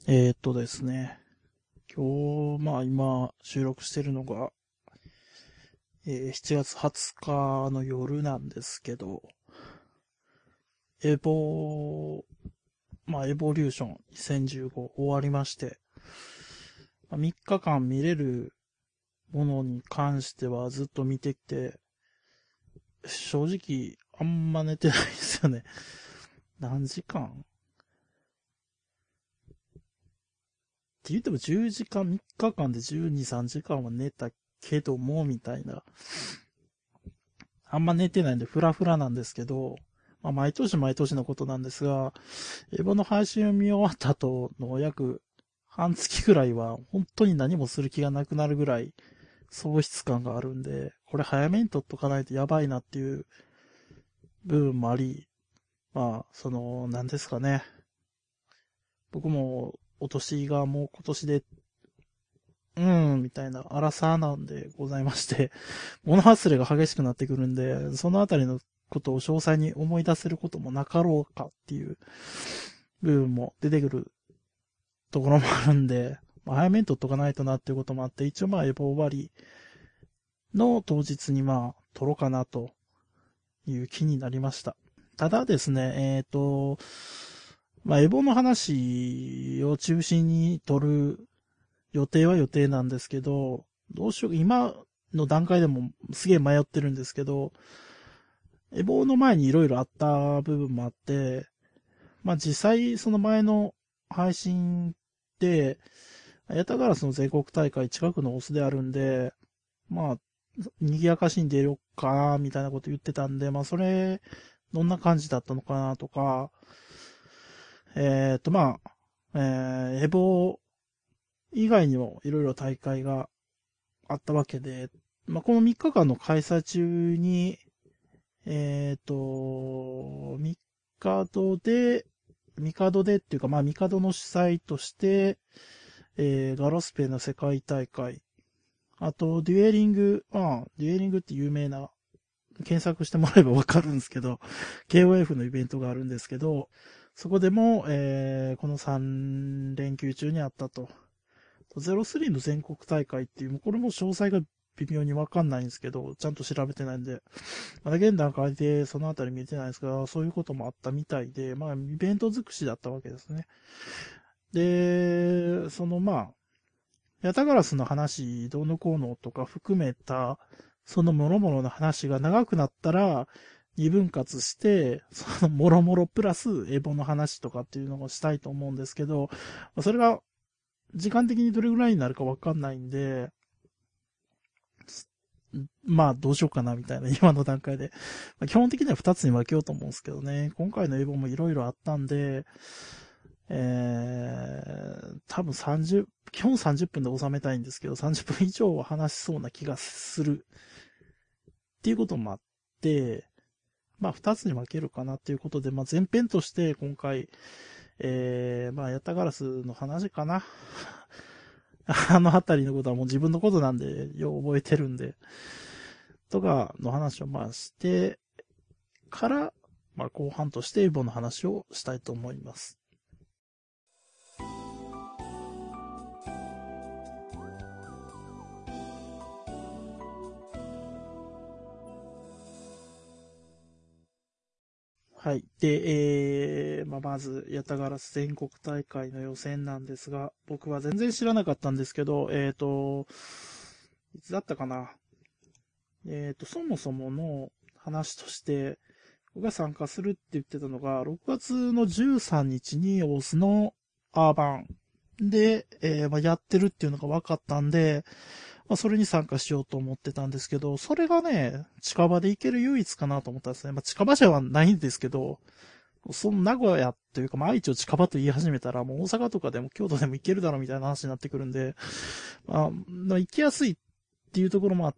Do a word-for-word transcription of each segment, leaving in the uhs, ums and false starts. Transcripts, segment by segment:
えーっとですね。今日、まあ今収録してるのが、えーしちがつはつかの夜なんですけど、エボ、まあエボリューションにせんじゅうご終わりまして、まあ、みっかかん見れるものに関してはずっと見てきて、正直あんま寝てないですよね。何時間って言ってもじゅうじかん、みっかかんでじゅうに、さんじかんは寝たけども、みたいな。あんま寝てないんでフラフラなんですけど、まあ、毎年毎年のことなんですが、エヴァの配信を見終わった後の約半月くらいは本当に何もする気がなくなるぐらい喪失感があるんで、これ早めに撮っとかないとやばいなっていう部分もあり、まあ、その、何ですかね。僕もお年がもう今年で、うーん、みたいな荒さなんでございまして、物忘れが激しくなってくるんで、そのあたりのことを詳細に思い出せることもなかろうかっていう部分も出てくるところもあるんで、まあ、早めに取っとかないとなっていうこともあって、一応まあエボ終わりの当日にまあ取ろうかなという気になりました。ただですね、えっ、ー、と、まあエボの話を中心に取る予定は予定なんですけど、どうしよう、今の段階でもすげえ迷ってるんですけど、エボの前にいろいろあった部分もあって、まあ実際その前の配信で、ヤタガラスの全国大会近くのオスであるんで、まあ、賑やかしに出ようかな、みたいなこと言ってたんで、まあそれ、どんな感じだったのかなとか、えっ、とまあ、えー、エボ以外にもいろいろ大会があったわけで、まあこのみっかかんの開催中に、えっ、と、ミカドで、ミカドでっていうか、まあミカドの主催として、えー、ガロスペの世界大会、あと、デュエリング、まあ、デュエリングって有名な、検索してもらえばわかるんですけど、ケーオーエフ のイベントがあるんですけど、そこでも、えー、このさん連休中にあったと。ゼロスリーの全国大会っていう、これも詳細が微妙にわかんないんですけど、ちゃんと調べてないんで、まだ現段階でそのあたり見えてないですが、そういうこともあったみたいで、まあ、イベント尽くしだったわけですね。で、そのまあ、ヤタガラスの話、どうのこうのとか含めた、その諸々の話が長くなったら、二分割して、その諸々プラスエボの話とかっていうのをしたいと思うんですけど、それが時間的にどれぐらいになるかわかんないんで、まあどうしようかなみたいな今の段階で。まあ、基本的には二つに分けようと思うんですけどね。今回のエボもいろいろあったんで、えー、多分さんじゅう、基本さんじゅっぷんで収めたいんですけど、さんじゅっぷん以上は話しそうな気がするっていうこともあって、まあ二つに分けるかなっていうことで、まあ前編として今回、えー、まあヤタガラスの話かな。あのあたりのことはもう自分のことなんで、よう覚えてるんで、とかの話をまあしてから、まあ後半としてエボの話をしたいと思います。はい。で、えー、まあ、まず、ヤタガラス全国大会の予選なんですが、僕は全然知らなかったんですけど、えっ、ー、と、いつだったかな。えっ、ー、と、そもそもの話として、僕が参加するって言ってたのが、ろくがつのじゅうさんにちに大須のアーバンで、えーまあ、やってるっていうのが分かったんで、まあ、それに参加しようと思ってたんですけど、それがね、近場で行ける唯一かなと思ったんですね。まあ、近場じゃないんですけど、その名古屋というか、まあ、愛知を近場と言い始めたら、もう大阪とかでも京都でも行けるだろうみたいな話になってくるんで、まあ、まあ、行きやすいっていうところもあって、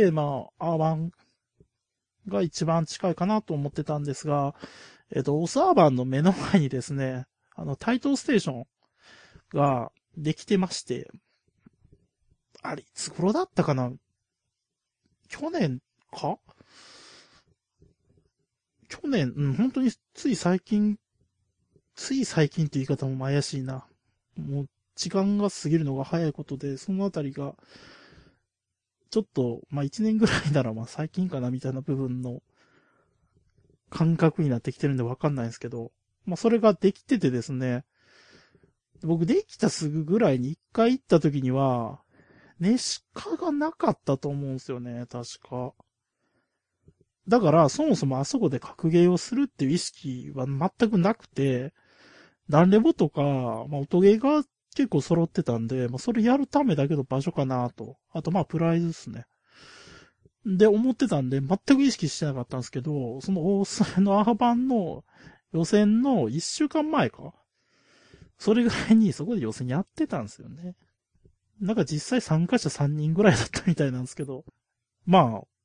まあ、アーバンが一番近いかなと思ってたんですが、えっと、オスアーバンの目の前にですね、あの、台東ステーションができてまして、あれ、いつ頃だったかな去年か去年、うん、本当につい最近、つい最近って言い方も怪しいな。 もう時間が過ぎるのが早いことで、そのあたりが、ちょっと、まあ一年ぐらいならまあ最近かなみたいな部分の感覚になってきてるんでわかんないんですけど、まあそれができててですね、僕できたすぐぐらいに一回行った時には、ネシカがなかったと思うんですよね、確か。だから、そもそもあそこで格ゲーをするっていう意識は全くなくて、ダンレボとか、まあ、音ゲーが結構揃ってたんで、まあ、それやるためだけの場所かなと。あと、まあ、プライズですね。で、思ってたんで、全く意識してなかったんですけど、その大阪のアハバンの予選の一週間前か。それぐらいにそこで予選やってたんですよね。なんか実際参加者さんにんぐらいだったみたいなんですけど、まあ、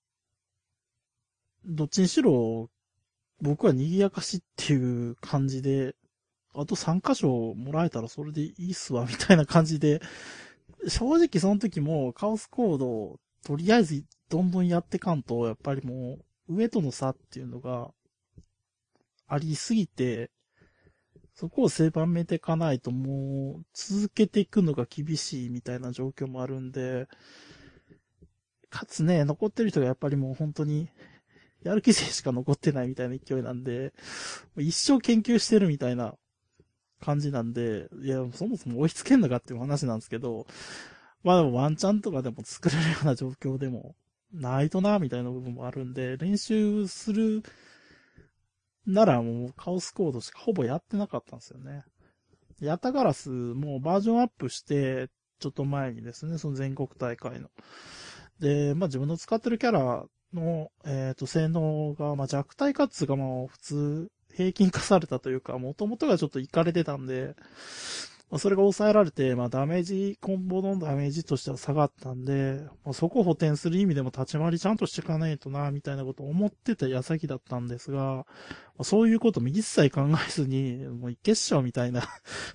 どっちにしろ、僕は賑やかしっていう感じで、あとさん箇所もらえたらそれでいいっすわ、みたいな感じで、正直その時もカオスコードをとりあえずどんどんやってかんと、やっぱりもう上との差っていうのがありすぎて、そこを狭めていかないともう続けていくのが厳しいみたいな状況もあるんで、かつね、残ってる人がやっぱりもう本当にやる気勢しか残ってないみたいな勢いなんで、一生研究してるみたいな感じなんで、いや、そもそも追いつけんのかっていう話なんですけど、まあでもワンチャンとかでも作れるような状況でもないとな、みたいな部分もあるんで、練習するならもうカオスコードしかほぼやってなかったんですよね。ヤタガラスもバージョンアップして、ちょっと前にですね、その全国大会の。で、まあ自分の使ってるキャラの、えっ、と、性能が、まあ弱体かつがまあ普通、平均化されたというか、もともとがちょっとイかれてたんで、まあ、それが抑えられて、まあダメージ、コンボのダメージとしては下がったんで、まあ、そこを補填する意味でも立ち回りちゃんとしていかないとな、みたいなことを思ってた矢先だったんですが、まあ、そういうことも一切考えずに、もう一決勝みたいな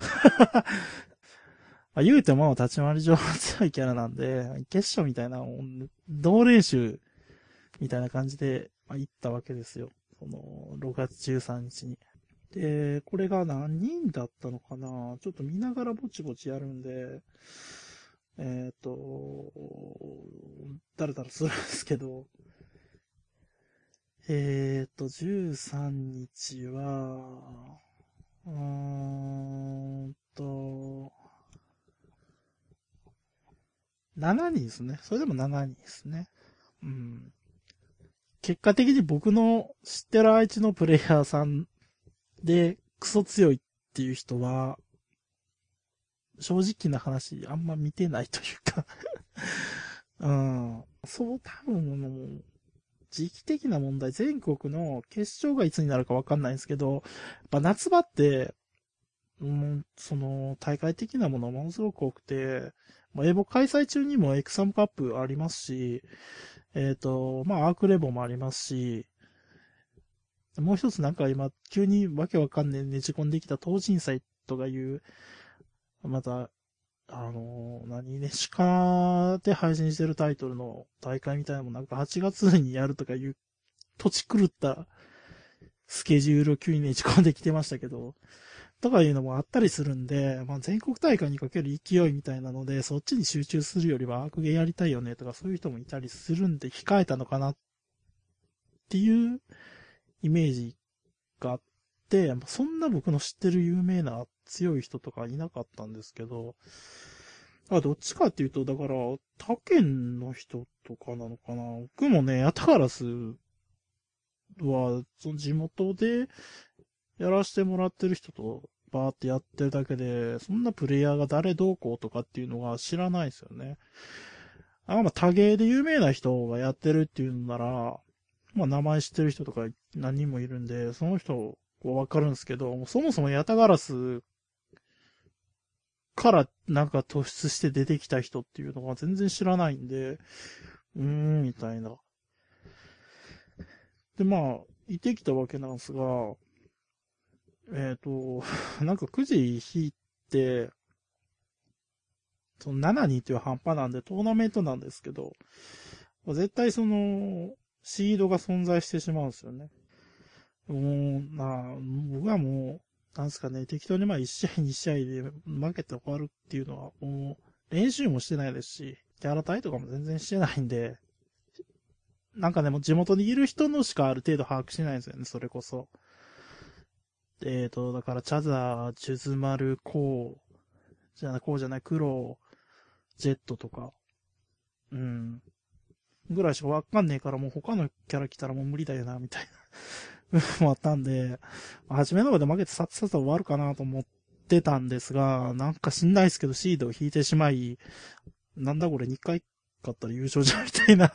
まあ、言うても立ち回り上強いキャラなんで、一決勝みたいな、同練習みたいな感じで、まあ、行ったわけですよ。その、ろくがつじゅうさんにちに。で、これが何人だったのかなちょっと見ながらぼちぼちやるんで、えっ、ー、と、だらだらするんですけど、えっ、ー、と、じゅうさんにちは、うーんと、しちにんですね。それでもしちにんですね。うん。結果的に僕の知ってる愛知のプレイヤーさんでクソ強いっていう人は、正直な話、あんま見てないというかうん。そう、多分、時期的な問題、全国の決勝がいつになるかわかんないんですけど、やっぱ夏場って、うん、その、大会的なものはものすごく多くて、まあ、エボ開催中にもエクサムカップありますし、えっ、と、まあ、アークレボもありますし、もう一つなんか今、急にわけわかんねえねじ込んできた東人祭とかいう、また、あのー、何ね、シカで配信してるタイトルの大会みたいなのもなんかはちがつにやるとかいう、土地狂ったスケジュールを急にねじ込んできてましたけど、とかいうのもあったりするんで、まあ、全国大会にかける勢いみたいなので、そっちに集中するよりはアークゲーやりたいよねとかそういう人もいたりするんで控えたのかなっていうイメージがあって、そんな僕の知ってる有名な強い人とかいなかったんですけど、あ、どっちかっていうと、だから、他県の人とかなのかな。僕もね、ヤタガラスは、その地元でやらせてもらってる人とバーってやってるだけで、そんなプレイヤーが誰どうこうとかっていうのが知らないですよね。あ、まあ、多芸で有名な人がやってるっていうのなら、まあ、名前知ってる人とか何人もいるんで、その人はわかるんですけど、そもそもヤタガラスからなんか突出して出てきた人っていうのは全然知らないんで、うーん、みたいな。で、まあ、いてきたわけなんですが、えっ、ー、と、なんかくじ引いて、そのしちにんっていう半端なんでトーナメントなんですけど、絶対その、シードが存在してしまうんですよね。もう、な僕はもう、 なんすかね、適当にまあいち試合に試合で負けて終わるっていうのは、もう練習もしてないですし、キャラ対とかも全然してないんで、なんかね、もう地元にいる人のしかある程度把握してないんですよね、それこそ。えーと、だから、チャザー、ジュズマル、コウ、じゃない、コウじゃない、クロウ、ジェットとか、うん。ぐらいしかわかんねえから、もう他のキャラ来たらもう無理だよな、みたいなもあったんで、初めの方で負けてさっさと終わるかなと思ってたんですが、なんか知んないですけど、シードを引いてしまい、なんだこれにかい勝ったら優勝じゃん、みたいな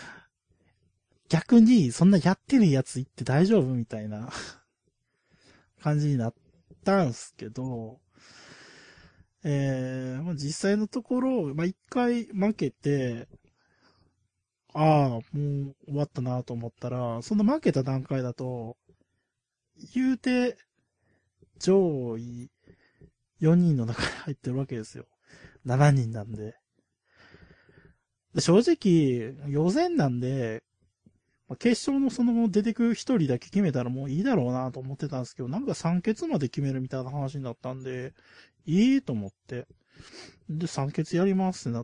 逆に、そんなやってるやつ言って大丈夫みたいな感じになったんすけど、えー、まあ、実際のところ、まあ、一回負けて、ああ、もう終わったなと思ったら、その負けた段階だと、言うて、上位よにんの中に入ってるわけですよ。しちにんなんで。で正直、予選なんで、まあ決勝のその出てくひとりだけ決めたらもういいだろうなと思ってたんですけど、なんかさん決まで決めるみたいな話になったんで、いいと思って。で、さん決やりますってなって、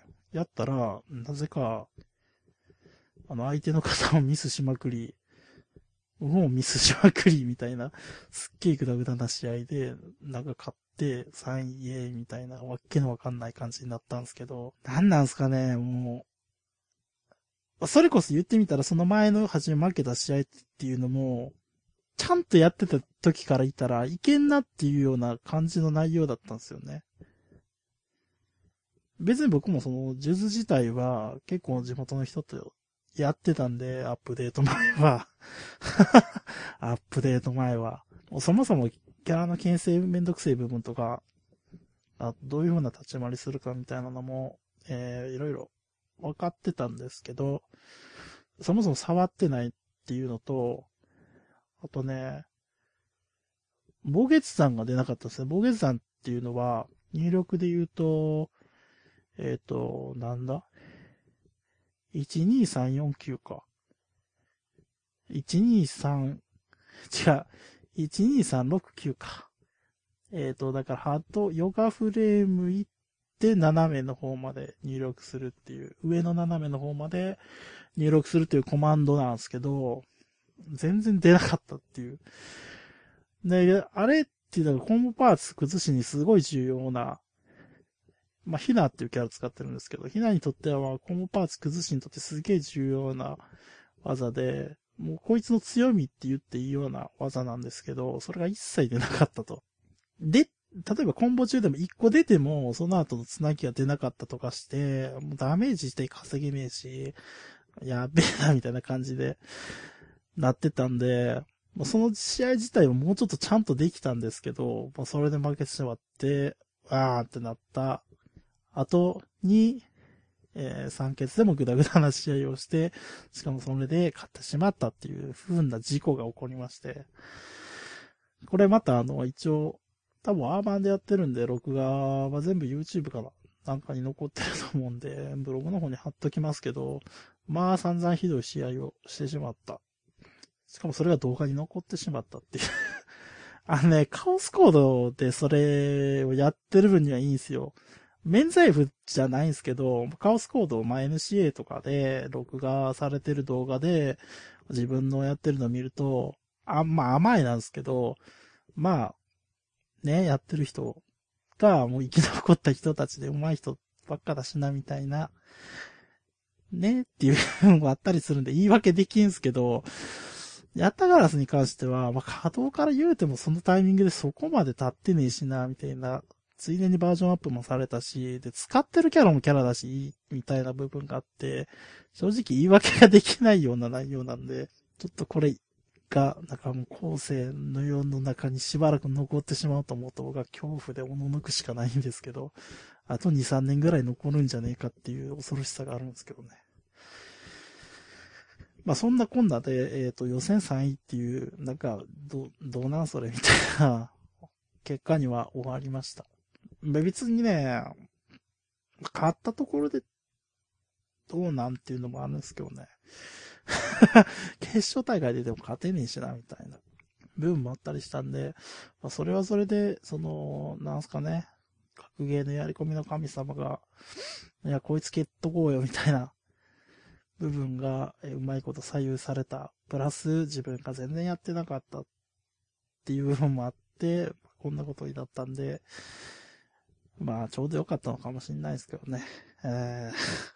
やったら、なぜか、あの、相手の方をミスしまくり、僕もミスしまくりみたいな、すっげえグダグダな試合で、なんか勝って、さんいイエーイみたいな、わけのわかんない感じになったんですけど、なんなんすかね、もう、それこそ言ってみたら、その前の初め負けた試合っていうのも、ちゃんとやってた時からいたらいけんなっていうような感じの内容だったんですよね。別に僕もその、ジュズ自体は結構地元の人とやってたんで、アップデート前はアップデート前は。そもそもキャラの牽制めんどくせえ部分とか、あどういう風な立ち回りするかみたいなのも、えー、いろいろ分かってたんですけど、そもそも触ってないっていうのと、あとね、防月山が出なかったですね。防月山っていうのは、入力で言うと、えっ、ー、と、なんだ ?いちにさんよんきゅう か。いちにさん、違う。いちにさんろくきゅうか。えっ、ー、と、だからハート、ヨガフレーム行って斜めの方まで入力するっていう、上の斜めの方まで入力するっていうコマンドなんですけど、全然出なかったっていう。で、あれっていうのがコンボパーツ崩しにすごい重要な、まあ、ヒナっていうキャラ使ってるんですけど、ヒナにとってはまあコンボパーツ崩しにとってすげえ重要な技で、もうこいつの強みって言っていいような技なんですけど、それが一切出なかったと。で、例えばコンボ中でもいっこ出ても、その後の繋ぎが出なかったとかして、もうダメージ自体稼げねえし、やべえな、みたいな感じで、なってたんで、もうその試合自体はもうちょっとちゃんとできたんですけど、もうそれで負けてしまって、あーってなった後に、えー、三欠でもグダグダな試合をして、しかもそれで勝ってしまったっていう不運な事故が起こりまして、これまたあの、一応、多分アーマンでやってるんで、録画は全部 YouTube からなんかに残ってると思うんで、ブログの方に貼っときますけど、まあ散々ひどい試合をしてしまった。しかもそれが動画に残ってしまったっていうあのね、カオスコードでそれをやってる分にはいいんですよ。免罪符じゃないんですけど、カオスコードをまあ エヌシーエー とかで録画されてる動画で自分のやってるのを見ると、あ、まあ甘いなんですけど、まあ、ね、やってる人がもう生き残った人たちで上手い人ばっかだしなみたいな、ねっていう部分もあったりするんで言い訳できんすけど、ヤッタガラスに関しては、まあ、稼働から言うてもそのタイミングでそこまで経ってねえしな、みたいな。ついでにバージョンアップもされたし、で、使ってるキャラもキャラだし、みたいな部分があって、正直言い訳ができないような内容なんで、ちょっとこれが、なんかもう後世の世の中にしばらく残ってしまうと思うと僕は恐怖でおののくしかないんですけど、あとに、さんねんぐらい残るんじゃねえかっていう恐ろしさがあるんですけどね。まあそんなこんなで、えっ、ー、と予選さんいっていう、なんか、ど、どうなんそれみたいな結果には終わりました。別にね、勝ったところでどうなんっていうのもあるんですけどね。決勝大会ででも勝てねえしな、みたいな。 部分もあったりしたんで、まあ、それはそれで、その、なんすかね、格ゲーのやり込みの神様が、いや、こいつ蹴っとこうよみたいな部分が、えうまいこと左右された。プラス自分が全然やってなかったっていう部分もあって、こんなことになったんで、まあ、ちょうどよかったのかもしれないですけどね。え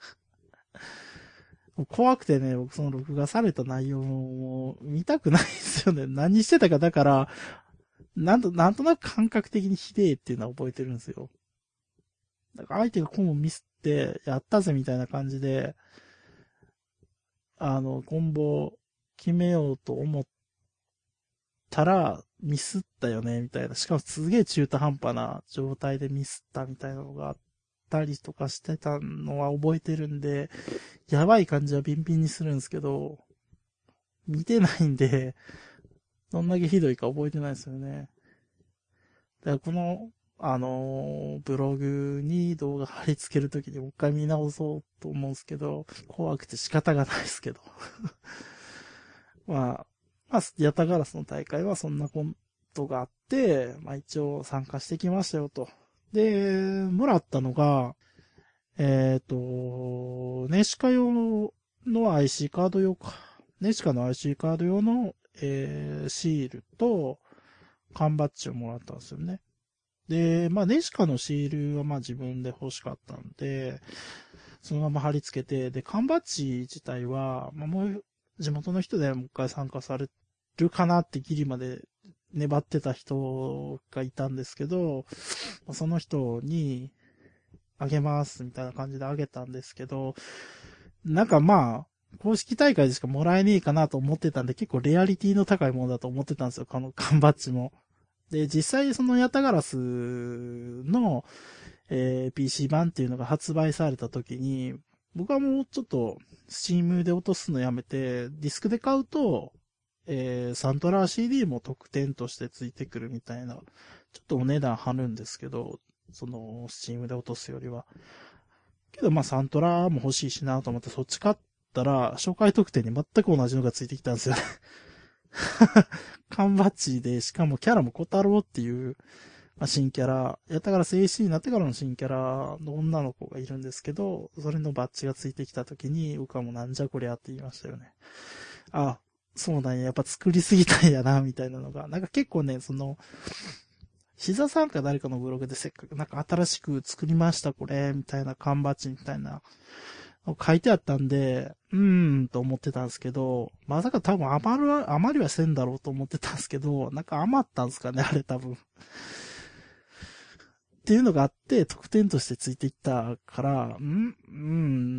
ー、怖くてね、僕その録画された内容も見たくないですよね。何してたか、だから、なんと、なんとなく感覚的にひでえっていうのは覚えてるんですよ。だから相手がコンボミスって、やったぜみたいな感じで、あの、コンボ決めようと思ったら、ミスったよね、みたいな。しかもすげえ中途半端な状態でミスったみたいなのがあったりとかしてたのは覚えてるんで、やばい感じはビンビンにするんですけど、見てないんで、どんだけひどいか覚えてないですよね。だからこの、あのー、ブログに動画貼り付けるときにもう一回見直そうと思うんですけど、怖くて仕方がないですけど。まあ、まあ、ヤタガラスの大会はそんなことがあって、まあ一応参加してきましたよと。で、もらったのが、えっ、ー、と、ネシカ用の アイシー カード用か。ネシカの アイシー カード用の、えー、シールと缶バッジをもらったんですよね。で、まあネシカのシールはまあ自分で欲しかったんで、そのまま貼り付けて、で、缶バッジ自体は、まあもう地元の人でもう一回参加されるかなってギリまで粘ってた人がいたんですけど、その人にあげますみたいな感じであげたんですけど、なんかまあ、公式大会でしかもらえねえかなと思ってたんで、結構レアリティの高いものだと思ってたんですよ、この缶バッジも。で、実際そのヤタガラスの、えー、ピーシー 版っていうのが発売された時に、僕はもうちょっと、スチームで落とすのやめて、ディスクで買うと、えー、サントラ シーディー も特典としてついてくるみたいな、ちょっとお値段張るんですけど、その、スチームで落とすよりは。けど、まあ、サントラも欲しいしなと思って、そっち買ったら、初回特典に全く同じのがついてきたんですよね。缶バッジで、しかもキャラも小太郎っていう、まあ、新キャラ、やったから静止になってからの新キャラの女の子がいるんですけど、それのバッジがついてきた時に、僕はもうなんじゃこりゃって言いましたよね。あ、そうなんや、やっぱ作りすぎたんやな、みたいなのが。なんか結構ね、その、シザさんか誰かのブログでせっかくなんか新しく作りました、これ、みたいな缶バッジみたいな、書いてあったんで、うーん、と思ってたんですけど、まさか多分余る、余りはせんだろうと思ってたんですけど、なんか余ったんですかね、あれ多分。っていうのがあって、特典としてついていったから、んうん、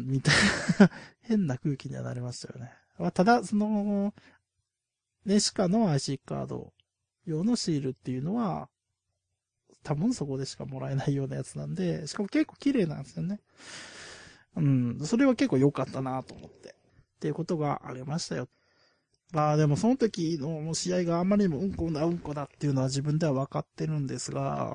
みたいな変な空気にはなりましたよね。ただ、その、ネシカの アイシー カード用のシールっていうのは、多分そこでしかもらえないようなやつなんで、しかも結構綺麗なんですよね。うん、それは結構良かったなと思って。っていうことがありましたよ。まあでもその時の試合があまりにもうんこだうんこだっていうのは自分では分かってるんですが、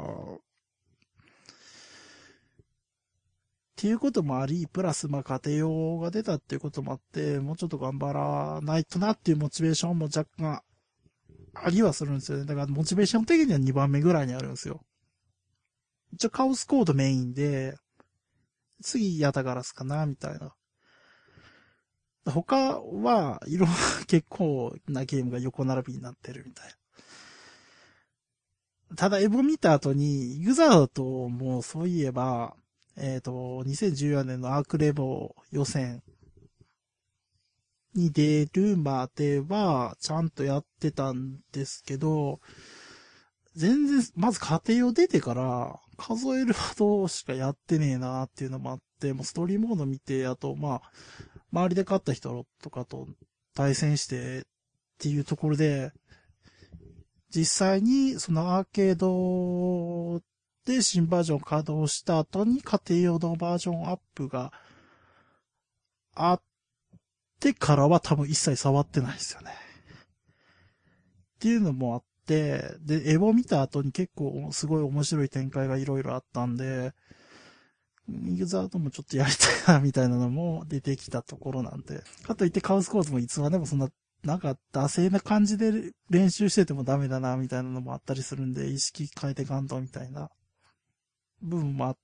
っていうこともあり、プラスまあ家庭用が出たっていうこともあって、もうちょっと頑張らないとなっていうモチベーションも若干ありはするんですよね。だからモチベーション的にはにばんめぐらいにあるんですよ。一応カオスコードメインで、次ヤタガラスかな、みたいな。他は、いろんな結構なゲームが横並びになってるみたいな。ただ、エボ見た後に、ユザードともうそういえば、えっ、ー、と、にせんじゅうよねんのアークレボ予選に出るまでは、ちゃんとやってたんですけど、全然、まず家庭を出てから、数えるほどしかやってねえなっていうのもあって、もうストーリーモード見て、あと、まあ、周りで勝った人とかと対戦してっていうところで、実際にそのアーケードで新バージョン稼働した後に家庭用のバージョンアップがあってからは多分一切触ってないですよね。っていうのもあって、で、エボ見た後に結構すごい面白い展開がいろいろあったんで、ユーザーともちょっとやりたいなみたいなのも出てきたところなんで、かといってカオスコーズもいつまでもそんななんか、惰性な感じで練習しててもダメだな、みたいなのもあったりするんで、意識変えてかんと、みたいな部分もあって、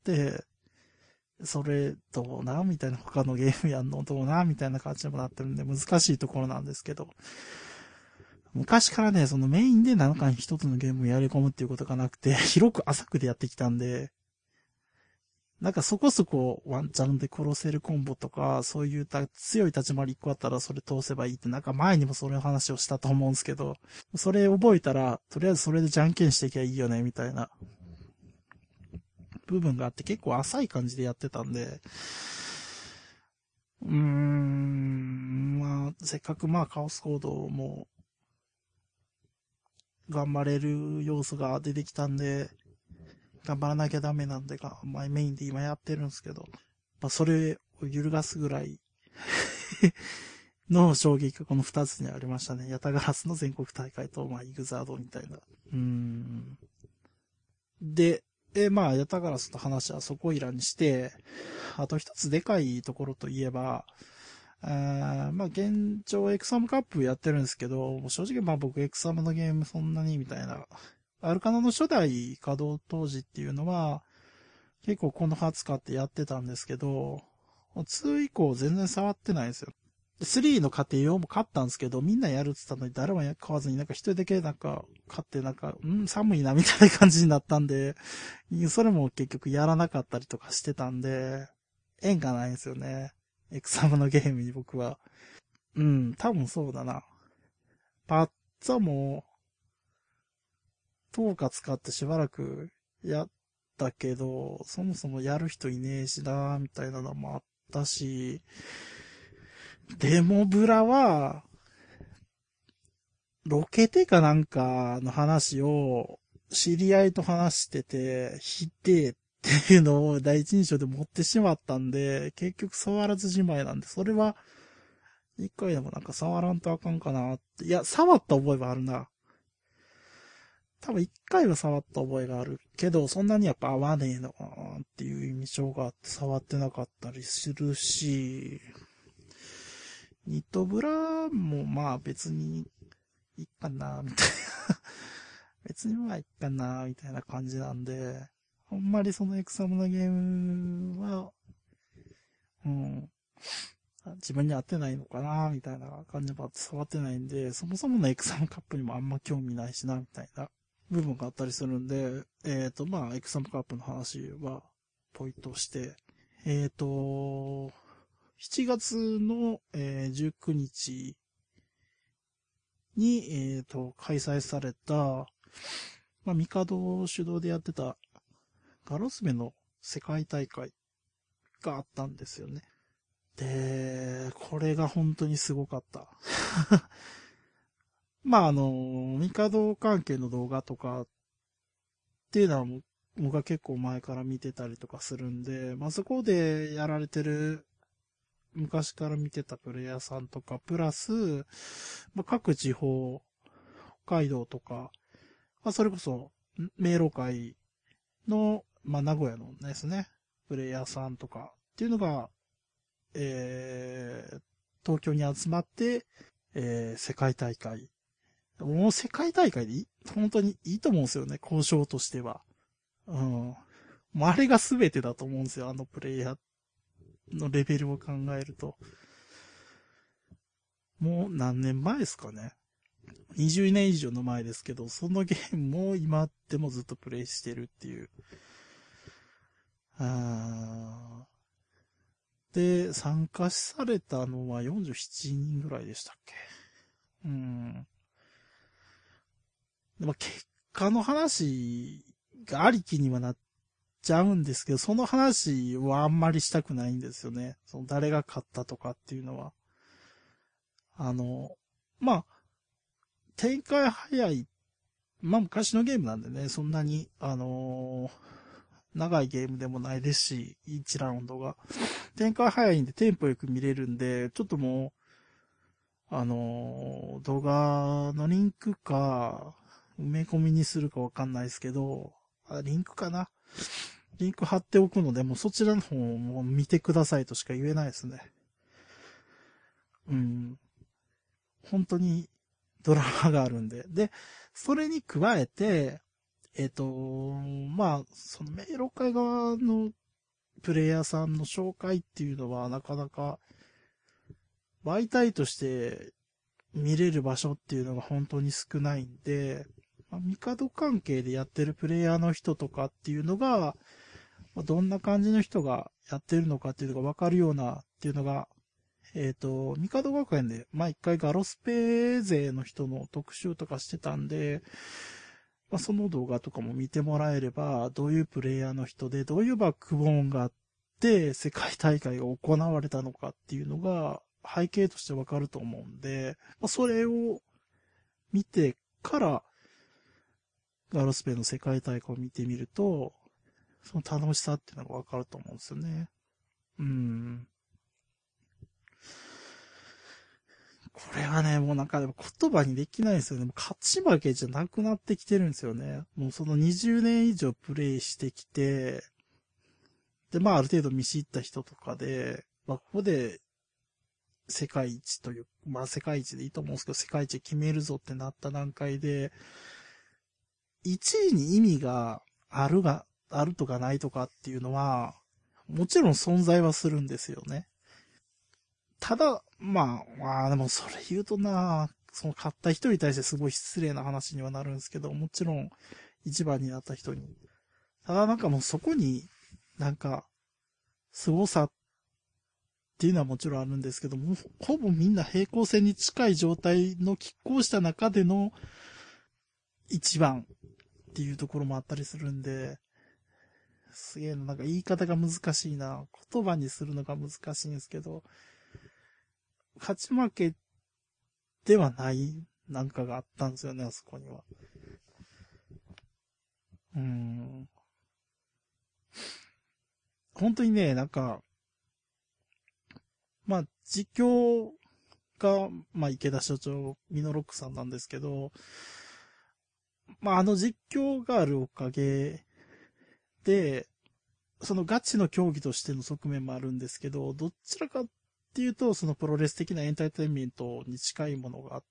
それどうなみたいな、他のゲームやんのどうなみたいな感じにもなってるんで、難しいところなんですけど、昔からね、そのメインで何か一つのゲームをやり込むっていうことがなくて、広く浅くでやってきたんで、なんかそこそこワンチャンで殺せるコンボとか、そういうた強い立ち回り一個あったらそれ通せばいいって、なんか前にもそれの話をしたと思うんですけど、それ覚えたら、とりあえずそれでじゃんけんしていきゃいいよね、みたいな部分があって結構浅い感じでやってたんで、うーん、まあ、せっかくまあカオスコードも頑張れる要素が出てきたんで、頑張らなきゃダメなんでが、まあメインで今やってるんですけど、まあそれを揺るがすぐらいの衝撃がこの二つにありましたね。ヤタガラスの全国大会と、まあイグザードみたいな。うーん。で、え、まあヤタガラスの話はそこいらにして、あと一つでかいところといえば、あまあ現状エクサムカップやってるんですけど、正直まあ僕エクサムのゲームそんなにみたいな。アルカナの初代稼働当時っていうのは、結構この葉使ってやってたんですけど、に以降全然触ってないんですよ。スリーの家庭用も買ったんですけど、みんなやるって言ったのに誰も買わずになんか一人だけなんか買ってなんか、うん、寒いなみたいな感じになったんで、それも結局やらなかったりとかしてたんで、縁がないんですよね。エクサムのゲームに僕は。うん、多分そうだな。パッツァも、とおか使ってしばらくやったけど、そもそもやる人いねえしな、みたいなのもあったし、デモブラは、ロケテかなんかの話を知り合いと話してて、ひでえっていうのを第一印象で持ってしまったんで、結局触らずじまいなんで、それは一回でもなんか触らんとあかんかなって。いや、触った覚えはあるな。多分一回は触った覚えがあるけど、そんなにやっぱ合わねえのかなっていう印象があって触ってなかったりするし、ニットブラもまあ別にいいかな、みたいな。別にまあいいかな、みたいな感じなんで、あんまりそのエクサムのゲームは、うん、自分に合ってないのかな、みたいな感じもあって触ってないんで、そもそものエクサムカップにもあんま興味ないしな、みたいな部分があったりするんで、えっ、ー、と、まあ、エクサムカップの話は、ポイントして、えっ、ー、と、しちがつの、えー、じゅうくにちに、えっ、ー、と、開催された、まあ、ミカド主導でやってたガロスメの世界大会があったんですよね。で、これが本当にすごかった。まあ、あの、ミカド関係の動画とかっていうのは僕は結構前から見てたりとかするんで、まあ、そこでやられてる昔から見てたプレイヤーさんとか、プラス、まあ、各地方、北海道とか、まあ、それこそ、迷路会の、まあ、名古屋のですね、プレイヤーさんとかっていうのが、えー、東京に集まって、えー、世界大会。もう世界大会でいい本当にいいと思うんですよね、交渉としては。うん。もうあれが全てだと思うんですよ、あのプレイヤーのレベルを考えると。もう何年前ですかね。にじゅうねん以上の前ですけど、そのゲームも今でもずっとプレイしてるっていう。あで、参加されたのはよんじゅうななにんぐらいでしたっけ。うん。でも結果の話がありきにはなっちゃうんですけど、その話はあんまりしたくないんですよね。その誰が勝ったとかっていうのは。あの、まあ、展開早い。まあ昔のゲームなんでね、そんなに、あのー長いゲームでもないですし、いちラウンドが。展開早いんでテンポよく見れるんで、ちょっともう、あのー動画のリンクか、埋め込みにするかわかんないですけど、あ、リンクかなリンク貼っておくので、もうそちらの方も見てくださいとしか言えないですね。うん。 本当にドラマがあるんで。で、それに加えて、えっと、まあ、その迷路会側のプレイヤーさんの紹介っていうのはなかなか媒体として見れる場所っていうのが本当に少ないんで、まあ、ミカド関係でやってるプレイヤーの人とかっていうのが、まあ、どんな感じの人がやってるのかっていうのがわかるようなっていうのが、えっと、ミカド学園で、まあ、一回ガロスペ勢の人の特集とかしてたんで、まあ、その動画とかも見てもらえれば、どういうプレイヤーの人で、どういうバックボーンがあって、世界大会が行われたのかっていうのが、背景としてわかると思うんで、まあ、それを見てから、ガロスペの世界大会を見てみると、その楽しさっていうのがわかると思うんですよね。うん。これはね、もうなんかでも言葉にできないですよね。もう勝ち負けじゃなくなってきてるんですよね。もうそのにじゅうねん以上プレイしてきて、で、まあある程度見知った人とかで、まあここで世界一という、まあ世界一でいいと思うんですけど、世界一決めるぞってなった段階で、いちいに意味があるが、あるとかないとかっていうのは、もちろん存在はするんですよね。ただ、まあ、まあでもそれ言うとな、その買った人に対してすごい失礼な話にはなるんですけど、もちろん一番になった人に。ただなんかもうそこになんか凄さっていうのはもちろんあるんですけども、ほぼみんな平行線に近い状態の拮抗した中での一番っていうところもあったりするんで、すげえな、なんか言い方が難しいな。言葉にするのが難しいんですけど、勝ち負けではないなんかがあったんですよね、あそこには。うーん。本当にね、なんか、まあ、実況が、まあ、池田所長、ミノロックさんなんですけど、まあ、あの実況があるおかげで、そのガチの競技としての側面もあるんですけど、どちらかっていうと、そのプロレス的なエンターテインメントに近いものがあって、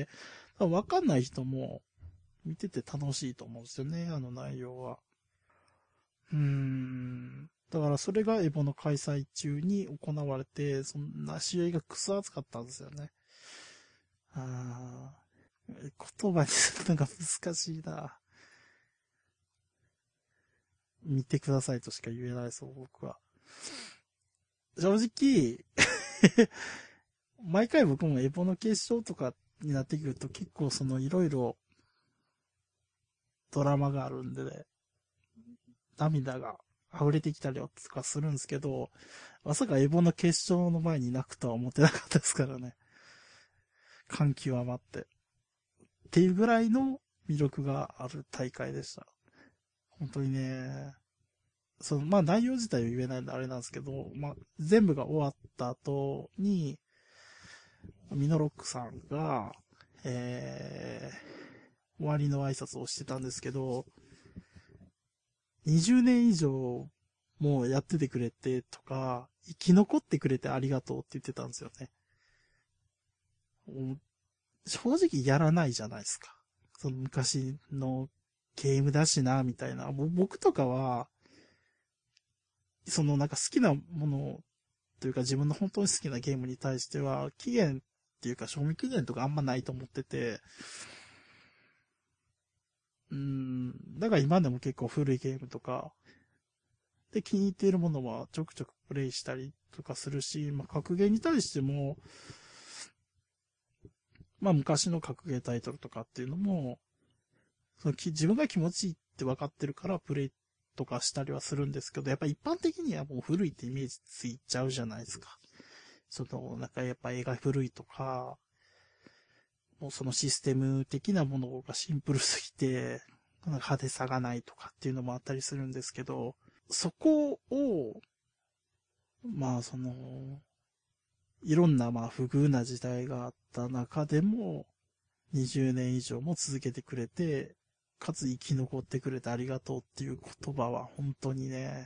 わかんない人も見てて楽しいと思うんですよね、あの内容は。うーん。だからそれがエボの開催中に行われて、そんな試合がクソ熱かったんですよね。あ言葉にするのが難しいな。見てくださいとしか言えないそう、僕は。正直、毎回僕もエボの決勝とかになってくると結構そのいろいろドラマがあるんでね、涙が溢れてきたりとかするんですけど、まさかエボの決勝の前に泣くとは思ってなかったですからね。感極まって。っていうぐらいの魅力がある大会でした。本当にね、その、まあ内容自体は言えないんであれなんですけど、まあ全部が終わった後に、ミノロックさんが、えー、終わりの挨拶をしてたんですけど、にじゅうねん以上もうやっててくれてとか、生き残ってくれてありがとうって言ってたんですよね。正直やらないじゃないですか。その昔のゲームだしな、みたいな。僕とかは、そのなんか好きなものというか自分の本当に好きなゲームに対しては、期限っていうか賞味期限とかあんまないと思ってて、うーん、だから今でも結構古いゲームとか、で気に入っているものはちょくちょくプレイしたりとかするし、まあ格ゲーに対しても、まあ昔の格ゲータイトルとかっていうのも、その自分が気持ちいいって分かってるからプレイとかしたりはするんですけど、やっぱ一般的にはもう古いってイメージついちゃうじゃないですか。その、なんかやっぱ映画古いとか、もうそのシステム的なものがシンプルすぎて、派手さがないとかっていうのもあったりするんですけど、そこを、まあその、いろんなまあ不遇な時代があった中でも、にじゅうねん以上も続けてくれて、かつ生き残ってくれてありがとうっていう言葉は本当にね、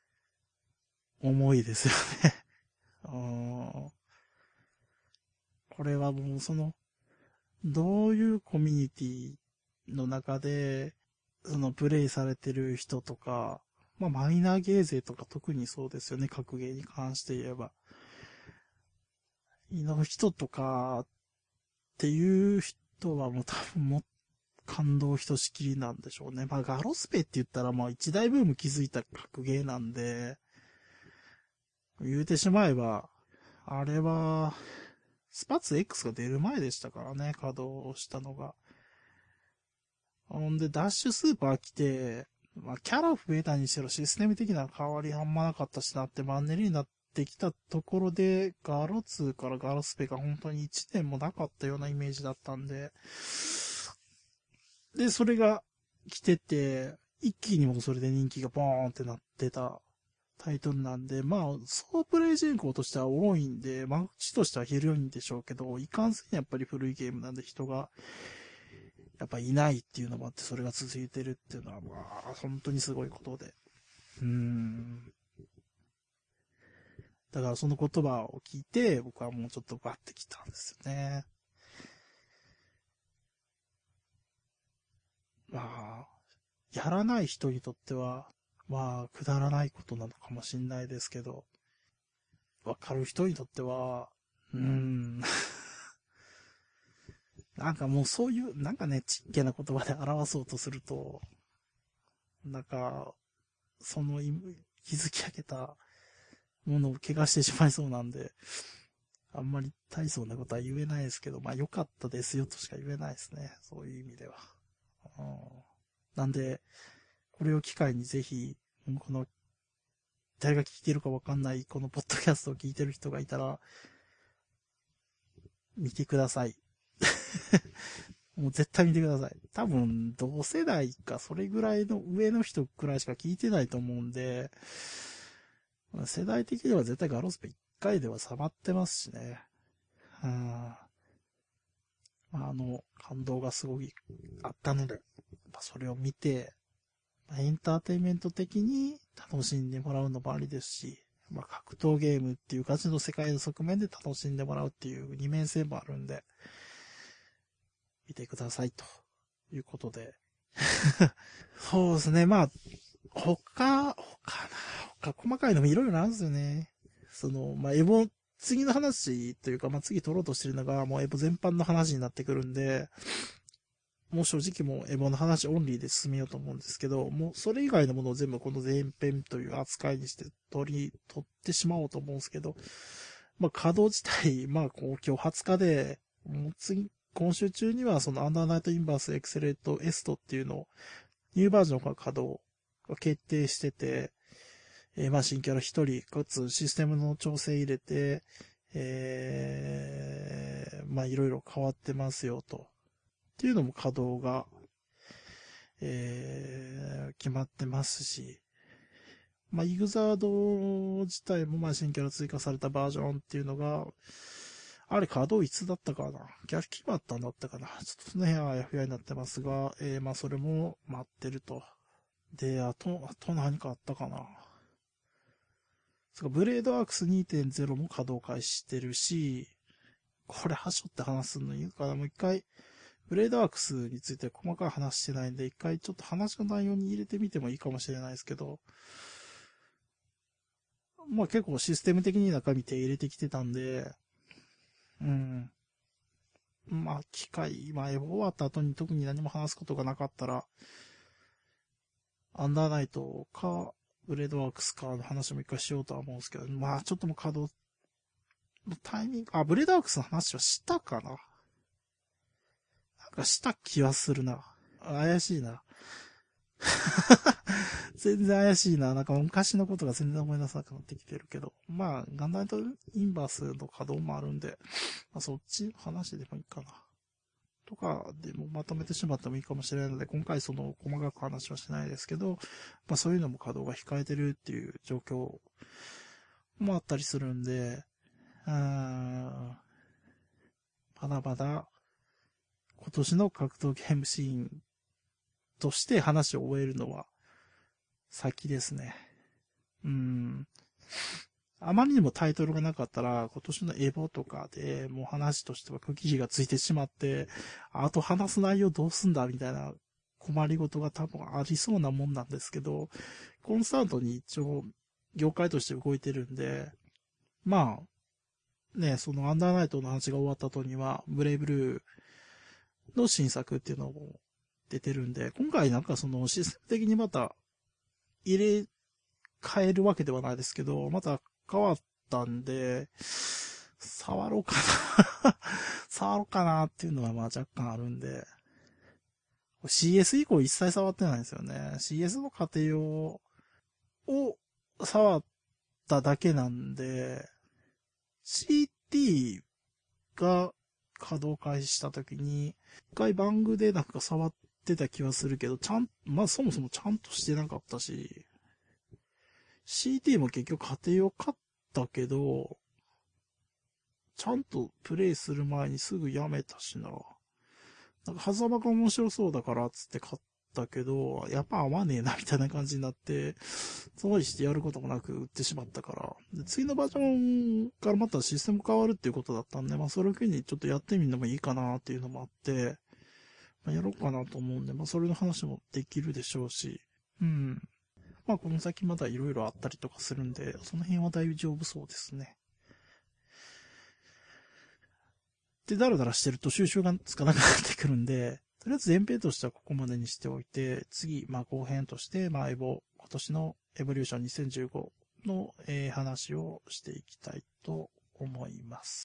重いですよね。うん。 これはもうその、どういうコミュニティの中で、そのプレイされてる人とか、まあマイナーゲー勢とか特にそうですよね、格ゲーに関して言えば。の人とかっていう人はもう多分もう感動ひとしきりなんでしょうね。まあガロスペって言ったらまあ一大ブーム築いた格ゲーなんで、言うてしまえば、あれは、スパッツ X が出る前でしたからね、稼働したのが。ほんで、ダッシュスーパー来て、まあ、キャラ増えたにしろシステム的な変わりあんまなかったしなってマンネリになってきたところで、ガロツーからガロスペが本当にいちねんもなかったようなイメージだったんで、で、それが来てて、一気にもそれで人気がボーンってなってたタイトルなんで、まあ、総プレイ人口としては多いんで、間口としては広いんでしょうけど、いかんせんやっぱり古いゲームなんで人が、やっぱいないっていうのもあって、それが続いてるっていうのは、まあ、本当にすごいことで。うーん。だからその言葉を聞いて、僕はもうちょっとバッてきたんですよね。まあ、やらない人にとっては、まあ、くだらないことなのかもしんないですけど、わかる人にとっては、うーん。なんかもうそういう、なんかね、ちっけな言葉で表そうとすると、なんか、その築き上げたものを怪我してしまいそうなんで、あんまり大層なことは言えないですけど、まあ良かったですよとしか言えないですね。そういう意味では。うん、なんで、これを機会にぜひ、この、誰が聞いてるかわかんない、このポッドキャストを聞いてる人がいたら、見てください。もう絶対見てください。多分、同世代か、それぐらいの上の人くらいしか聞いてないと思うんで、世代的には絶対ガロスペいっかいでは収まってますしね。うん、あの、感動がすごいあったので、それを見て、エンターテインメント的に楽しんでもらうのもありですし、まあ、格闘ゲームっていうガチの世界の側面で楽しんでもらうっていう二面性もあるんで、見てくださいということで。そうですね、まあ、他、他な、他細かいのもいろいろあるんですよね。その、まあ、エボ、次の話というか、まあ、次取ろうとしてるのが、もうエボ全般の話になってくるんで、もう正直もうエボの話オンリーで進めようと思うんですけど、もうそれ以外のものを全部この前編という扱いにして取り、取ってしまおうと思うんですけど、まあ稼働自体、まあこう今日はつかで、もう次、今週中にはそのアンダーナイトインバースエクセレートエストっていうのを、ニューバージョンが稼働が決定してて、えー、まあ新キャラ一人、かつシステムの調整入れて、えー、まあいろいろ変わってますよと。っていうのも稼働が、えー、決まってますし、まあ、イグザード自体もまあ新キャラ追加されたバージョンっていうのが、あれ稼働いつだったかなキャラ決まったんだったかなちょっとその辺はあやふやになってますが、えー、まあそれも待ってると。で、あと、あと何かあったかなそかブレードアークス にてんゼロ も稼働開始してるし、これ、はしょって話すのいいかなもう一回、ブレードアークスについて細かい話してないんで、一回ちょっと話の内容に入れてみてもいいかもしれないですけど、まあ結構システム的に中身手入れてきてたんで、うん。まあ機械、まあエボ終わった後に特に何も話すことがなかったら、アンダーナイトか、ブレードワークスかの話も一回しようとは思うんですけど、まあちょっともう稼働のタイミング、あ、ブレードワークスの話はしたかななんかした気はするな。怪しいな。全然怪しいな。なんか昔のことが全然思い出さなくなってきてるけど。まあ、ガンダムとインバースの稼働もあるんで、まあそっちの話でもいいかな。とかでもまとめてしまってもいいかもしれないので、今回その細かく話はしないですけど、まあそういうのも稼働が控えてるっていう状況もあったりするんで、うーん、まだまだ今年の格闘ゲームシーンとして話を終えるのは先ですね。うーん。 あまりにもタイトルがなかったら、今年のエボとかでもう話としては釘火がついてしまって、あと話す内容どうすんだみたいな困りごとが多分ありそうなもんなんですけど、コンスタントに一応業界として動いてるんで、まあ、ね、そのアンダーナイトの話が終わった後には、ブレイブルーの新作っていうのも出てるんで、今回なんかそのシステム的にまた入れ替えるわけではないですけど、また変わったんで、触ろうかな触ろうかなっていうのはまあ若干あるんで、シーエス 以降一切触ってないんですよね。シーエス の家庭用を触っただけなんで、シーティー が稼働開始した時に、一回バングでなんか触ってた気はするけど、ちゃん、まあそもそもちゃんとしてなかったし、シーティー も結局家庭用買ったけど、ちゃんとプレイする前にすぐやめたしな。なんか、ハザマが面白そうだからっつって買ったけど、やっぱ合わねえなみたいな感じになって、そのしてやることもなく売ってしまったから。で、次のバージョンからまたシステム変わるっていうことだったんで、まあそれを機にちょっとやってみるのもいいかなっていうのもあって、まあ、やろうかなと思うんで、まあそれの話もできるでしょうし、うん。まあこの先まだ色々あったりとかするんで、その辺は大丈夫そうですね。で、ダラダラしてると収集がつかなくなってくるんで、とりあえず前編としてはここまでにしておいて、次、まあ後編として、まあエボ、今年のエボリューションにせんじゅうごの、えー、話をしていきたいと思います。